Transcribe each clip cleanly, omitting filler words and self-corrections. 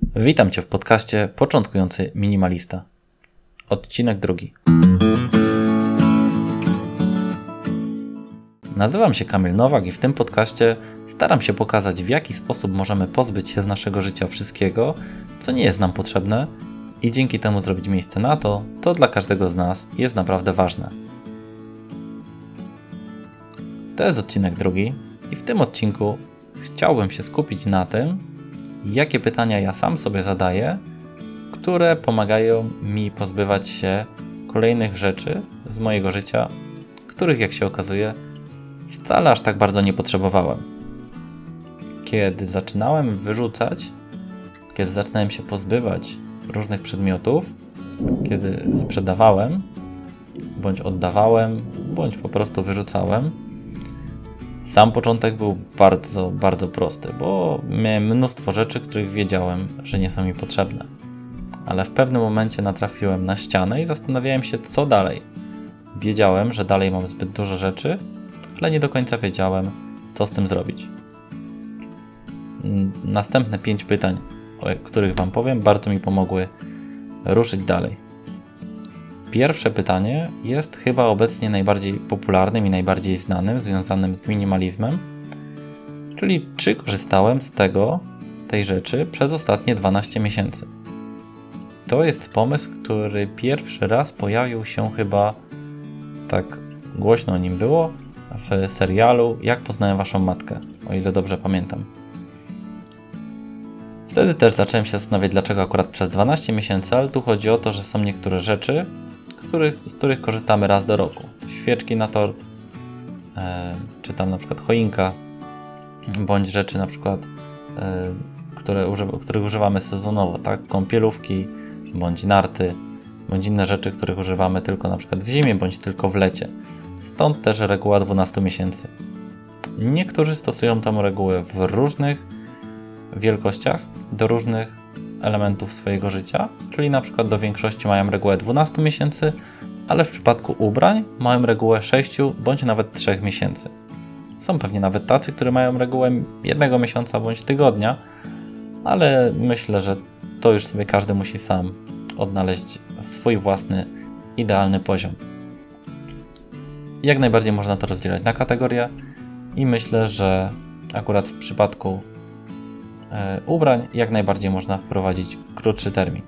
Witam Cię w podcaście Początkujący Minimalista. Odcinek 2. Nazywam się Kamil Nowak i w tym podcaście staram się pokazać, w jaki sposób możemy pozbyć się z naszego życia wszystkiego, co nie jest nam potrzebne i dzięki temu zrobić miejsce na to, co dla każdego z nas jest naprawdę ważne. To jest odcinek 2 i w tym odcinku chciałbym się skupić na tym, jakie pytania ja sam sobie zadaję, które pomagają mi pozbywać się kolejnych rzeczy z mojego życia, których, jak się okazuje, wcale aż tak bardzo nie potrzebowałem. Kiedy zaczynałem wyrzucać, kiedy zaczynałem się pozbywać różnych przedmiotów, kiedy sprzedawałem, bądź oddawałem, bądź po prostu wyrzucałem, sam początek był bardzo, bardzo prosty, bo miałem mnóstwo rzeczy, których wiedziałem, że nie są mi potrzebne. Ale w pewnym momencie natrafiłem na ścianę i zastanawiałem się, co dalej. Wiedziałem, że dalej mam zbyt dużo rzeczy, ale nie do końca wiedziałem, co z tym zrobić. Następne 5 pytań, o których Wam powiem, bardzo mi pomogły ruszyć dalej. Pierwsze pytanie jest chyba obecnie najbardziej popularnym i najbardziej znanym, związanym z minimalizmem, czyli czy korzystałem z tej rzeczy przez ostatnie 12 miesięcy. To jest pomysł, który pierwszy raz pojawił się chyba, tak głośno o nim było, w serialu Jak poznałem Waszą matkę, o ile dobrze pamiętam. Wtedy też zacząłem się zastanawiać, dlaczego akurat przez 12 miesięcy, ale tu chodzi o to, że są niektóre rzeczy, z których korzystamy raz do roku. Świeczki na tort, czy tam na przykład choinka, bądź rzeczy na przykład, których używamy sezonowo, tak? Kąpielówki, bądź narty, bądź inne rzeczy, których używamy tylko na przykład w zimie, bądź tylko w lecie. Stąd też reguła 12 miesięcy. Niektórzy stosują tę regułę w różnych wielkościach, do różnych elementów swojego życia, czyli na przykład do większości mają regułę 12 miesięcy, ale w przypadku ubrań mają regułę 6 bądź nawet 3 miesięcy. Są pewnie nawet tacy, którzy mają regułę 1 miesiąca bądź tygodnia, ale myślę, że to już sobie każdy musi sam odnaleźć swój własny, idealny poziom. Jak najbardziej można to rozdzielać na kategorie i myślę, że akurat w przypadku ubrań jak najbardziej można wprowadzić krótszy termin.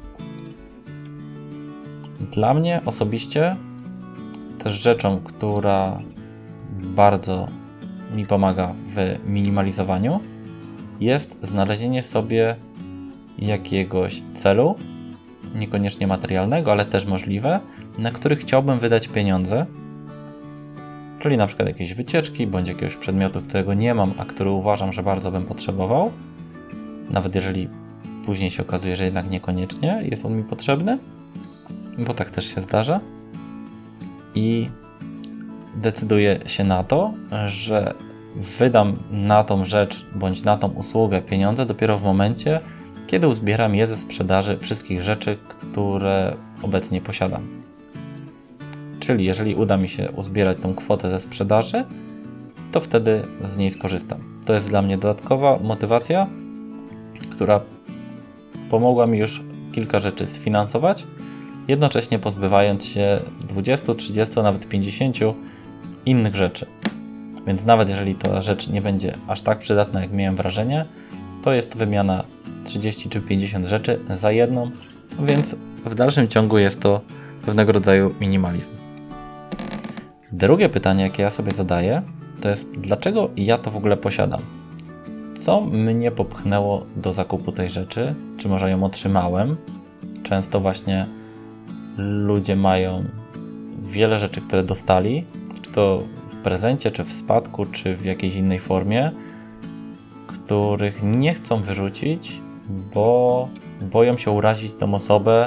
Dla mnie osobiście też rzeczą, która bardzo mi pomaga w minimalizowaniu, jest znalezienie sobie jakiegoś celu, niekoniecznie materialnego, ale też możliwe, na który chciałbym wydać pieniądze, czyli na przykład jakieś wycieczki, bądź jakiegoś przedmiotu, którego nie mam, a który uważam, że bardzo bym potrzebował, nawet jeżeli później się okazuje, że jednak niekoniecznie jest on mi potrzebny, bo tak też się zdarza. I decyduję się na to, że wydam na tą rzecz bądź na tą usługę pieniądze dopiero w momencie, kiedy uzbieram je ze sprzedaży wszystkich rzeczy, które obecnie posiadam. Czyli jeżeli uda mi się uzbierać tą kwotę ze sprzedaży, to wtedy z niej skorzystam. To jest dla mnie dodatkowa motywacja, która pomogła mi już kilka rzeczy sfinansować, jednocześnie pozbywając się 20, 30, nawet 50 innych rzeczy. Więc nawet jeżeli ta rzecz nie będzie aż tak przydatna, jak miałem wrażenie, to jest wymiana 30 czy 50 rzeczy za jedną, więc w dalszym ciągu jest to pewnego rodzaju minimalizm. Drugie pytanie, jakie ja sobie zadaję, to jest, dlaczego ja to w ogóle posiadam? Co mnie popchnęło do zakupu tej rzeczy? Czy może ją otrzymałem? Często właśnie ludzie mają wiele rzeczy, które dostali, czy to w prezencie, czy w spadku, czy w jakiejś innej formie, których nie chcą wyrzucić, bo boją się urazić tą osobę,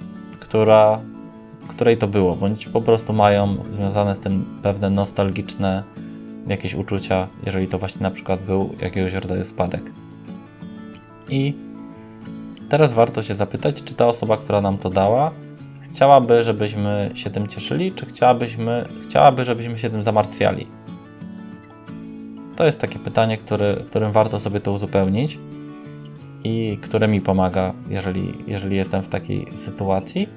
której to było, bądź po prostu mają związane z tym pewne nostalgiczne jakieś uczucia, jeżeli to właśnie na przykład był jakiegoś rodzaju spadek. I teraz warto się zapytać, czy ta osoba, która nam to dała, chciałaby, żebyśmy się tym cieszyli, czy chciałaby, żebyśmy się tym zamartwiali. To jest takie pytanie, którym warto sobie to uzupełnić. i które mi pomaga, jeżeli jestem w takiej sytuacji.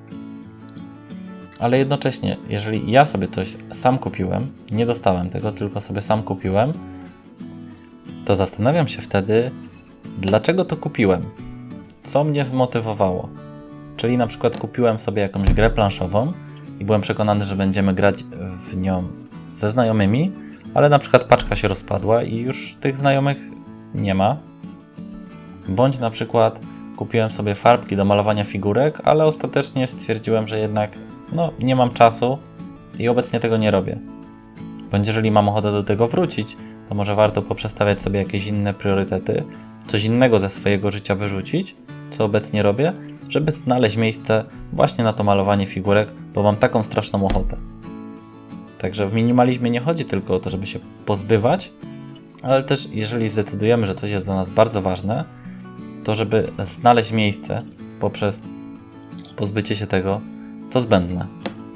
Ale jednocześnie, jeżeli ja sobie coś sam kupiłem, nie dostałem tego, tylko sobie sam kupiłem, to zastanawiam się wtedy, dlaczego to kupiłem, co mnie zmotywowało. Czyli na przykład kupiłem sobie jakąś grę planszową i byłem przekonany, że będziemy grać w nią ze znajomymi, ale na przykład paczka się rozpadła i już tych znajomych nie ma. Bądź na przykład kupiłem sobie farbki do malowania figurek, ale ostatecznie stwierdziłem, że jednak nie mam czasu i obecnie tego nie robię. Bądź jeżeli mam ochotę do tego wrócić, to może warto poprzestawiać sobie jakieś inne priorytety, coś innego ze swojego życia wyrzucić, co obecnie robię, żeby znaleźć miejsce właśnie na to malowanie figurek, bo mam taką straszną ochotę. Także w minimalizmie nie chodzi tylko o to, żeby się pozbywać, ale też jeżeli zdecydujemy, że coś jest dla nas bardzo ważne, to żeby znaleźć miejsce poprzez pozbycie się tego, co zbędne.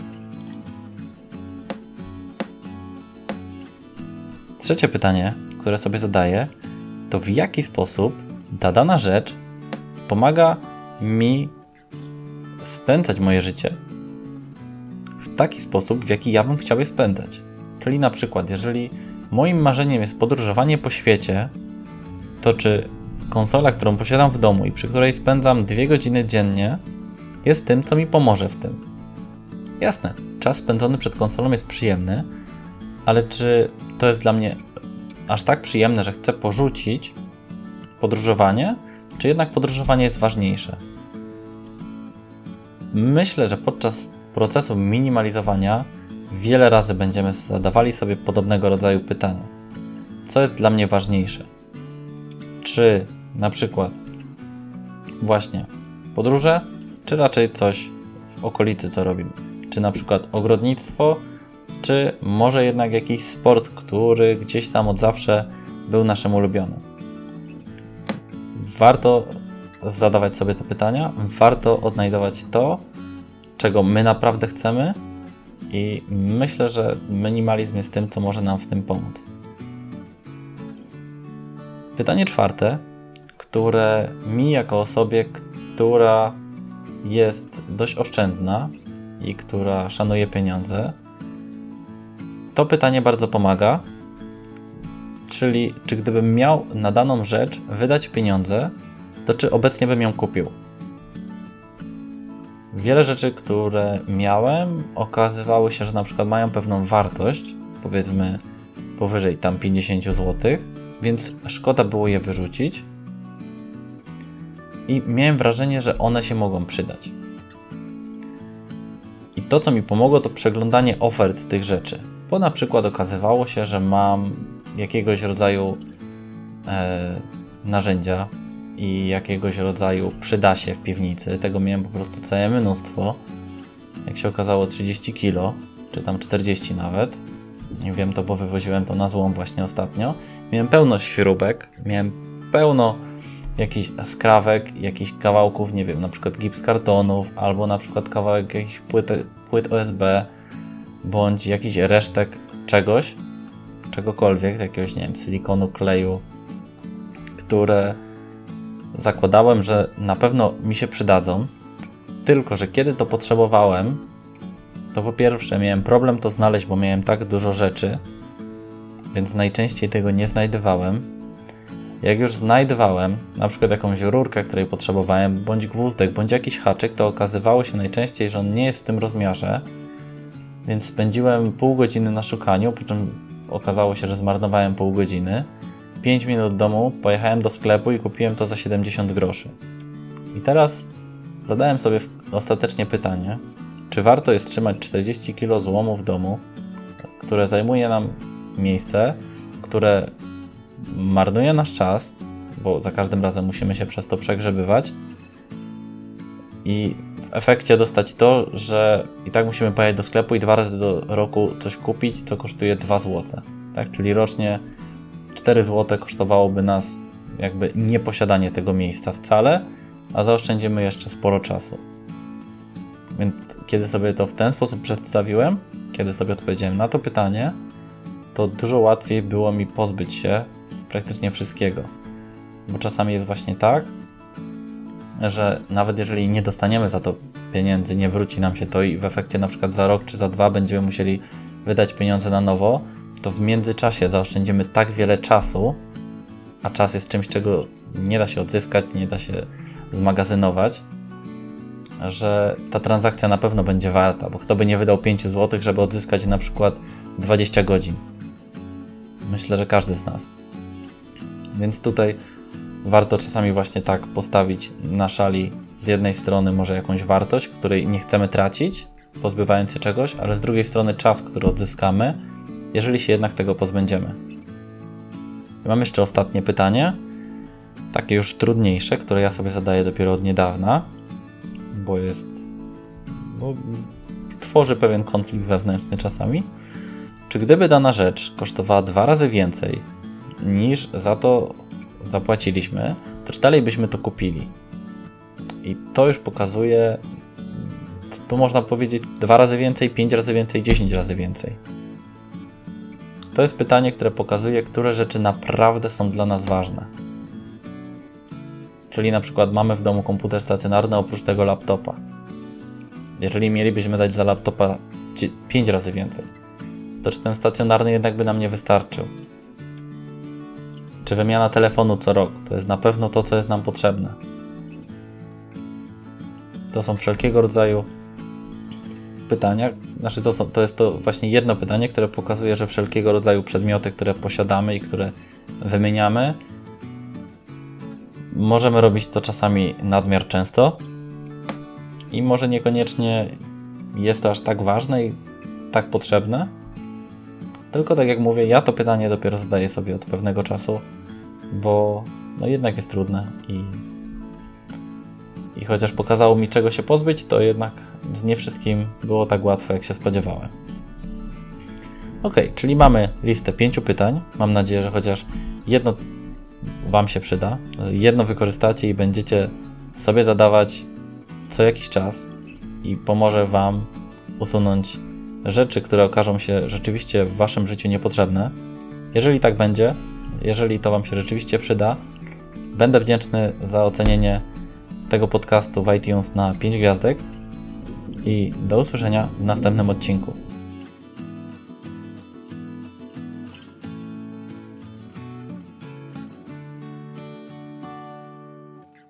Trzecie pytanie, które sobie zadaję, to w jaki sposób ta dana rzecz pomaga mi spędzać moje życie w taki sposób, w jaki ja bym chciał je spędzać. Czyli na przykład, jeżeli moim marzeniem jest podróżowanie po świecie, to czy konsola, którą posiadam w domu i przy której spędzam 2 godziny dziennie, jest tym, co mi pomoże w tym. Jasne, czas spędzony przed konsolą jest przyjemny, ale czy to jest dla mnie aż tak przyjemne, że chcę porzucić podróżowanie, czy jednak podróżowanie jest ważniejsze? Myślę, że podczas procesu minimalizowania wiele razy będziemy zadawali sobie podobnego rodzaju pytania. Co jest dla mnie ważniejsze? Czy na przykład właśnie podróże, czy raczej coś w okolicy, co robimy? Czy na przykład ogrodnictwo, czy może jednak jakiś sport, który gdzieś tam od zawsze był naszym ulubionym? Warto zadawać sobie te pytania, warto odnajdować to, czego my naprawdę chcemy i myślę, że minimalizm jest tym, co może nam w tym pomóc. Pytanie czwarte, które mi jako osobie, która jest dość oszczędna i która szanuje pieniądze, to pytanie bardzo pomaga, czyli czy gdybym miał na daną rzecz wydać pieniądze, to czy obecnie bym ją kupił? Wiele rzeczy, które miałem, okazywało się, że na przykład mają pewną wartość, powiedzmy powyżej tam 50 zł, więc szkoda było je wyrzucić i miałem wrażenie, że one się mogą przydać. I to, co mi pomogło, to przeglądanie ofert tych rzeczy, bo na przykład okazywało się, że mam jakiegoś rodzaju narzędzia i jakiegoś rodzaju przydasie w piwnicy. Tego miałem po prostu całe mnóstwo. Jak się okazało 30 kg, czy tam 40 nawet. Nie wiem to, bo wywoziłem to na złom właśnie ostatnio. Miałem pełno śrubek, miałem pełno jakichś skrawek, jakichś kawałków, nie wiem, na przykład gips kartonów, albo na przykład kawałek jakichś płyt OSB, bądź jakiś resztek czegoś, czegokolwiek, jakiegoś, nie wiem, silikonu, kleju, które zakładałem, że na pewno mi się przydadzą, tylko że kiedy to potrzebowałem, to po pierwsze miałem problem to znaleźć, bo miałem tak dużo rzeczy, więc najczęściej tego nie znajdowałem. Jak już znajdowałem, na przykład jakąś rurkę, której potrzebowałem, bądź gwózdek, bądź jakiś haczyk, to okazywało się najczęściej, że on nie jest w tym rozmiarze, więc spędziłem pół godziny na szukaniu, po czym okazało się, że zmarnowałem pół godziny. 5 minut domu, pojechałem do sklepu i kupiłem to za 70 groszy. I teraz zadałem sobie ostatecznie pytanie, czy warto jest trzymać 40 kg złomu w domu, które zajmuje nam miejsce, które marnuje nasz czas, bo za każdym razem musimy się przez to przegrzebywać i w efekcie dostać to, że i tak musimy pojechać do sklepu i 2 razy do roku coś kupić, co kosztuje 2 zł. Tak? Czyli rocznie 4 zł kosztowałoby nas jakby nieposiadanie tego miejsca wcale, a zaoszczędzimy jeszcze sporo czasu. Więc kiedy sobie to w ten sposób przedstawiłem, kiedy sobie odpowiedziałem na to pytanie, to dużo łatwiej było mi pozbyć się praktycznie wszystkiego. bo czasami jest właśnie tak, że nawet jeżeli nie dostaniemy za to pieniędzy, nie wróci nam się to i w efekcie na przykład za rok czy za 2 będziemy musieli wydać pieniądze na nowo, to w międzyczasie zaoszczędzimy tak wiele czasu, a czas jest czymś, czego nie da się odzyskać, nie da się zmagazynować, że ta transakcja na pewno będzie warta, bo kto by nie wydał 5 zł, żeby odzyskać na przykład 20 godzin. Myślę, że każdy z nas. Więc tutaj warto czasami właśnie tak postawić na szali z jednej strony może jakąś wartość, której nie chcemy tracić, pozbywając się czegoś, ale z drugiej strony czas, który odzyskamy, jeżeli się jednak tego pozbędziemy. Mam jeszcze ostatnie pytanie, takie już trudniejsze, które ja sobie zadaję dopiero od niedawna, bo tworzy pewien konflikt wewnętrzny czasami. Czy gdyby dana rzecz kosztowała 2 razy więcej niż za to zapłaciliśmy, to czy dalej byśmy to kupili? I to już pokazuje, tu można powiedzieć 2 razy więcej, 5 razy więcej, 10 razy więcej. To jest pytanie, które pokazuje, które rzeczy naprawdę są dla nas ważne. Czyli na przykład mamy w domu komputer stacjonarny oprócz tego laptopa. Jeżeli mielibyśmy dać za laptopa 5 razy więcej, to czy ten stacjonarny jednak by nam nie wystarczył? Czy wymiana telefonu co rok to jest na pewno to, co jest nam potrzebne? To są wszelkiego rodzaju pytania. To jest to właśnie jedno pytanie, które pokazuje, że wszelkiego rodzaju przedmioty, które posiadamy i które wymieniamy, możemy robić to czasami nadmiar często i może niekoniecznie jest to aż tak ważne i tak potrzebne. Tylko tak jak mówię, ja to pytanie dopiero zadaję sobie od pewnego czasu, bo jednak jest trudne i chociaż pokazało mi, czego się pozbyć, to jednak z nie wszystkim było tak łatwo, jak się spodziewałem. Ok, czyli mamy listę 5 pytań. Mam nadzieję, że chociaż jedno Wam się przyda, jedno wykorzystacie i będziecie sobie zadawać co jakiś czas i pomoże Wam usunąć rzeczy, które okażą się rzeczywiście w Waszym życiu niepotrzebne. Jeżeli tak będzie, jeżeli to Wam się rzeczywiście przyda, będę wdzięczny za ocenienie tego podcastu w iTunes na 5 gwiazdek i do usłyszenia w następnym odcinku.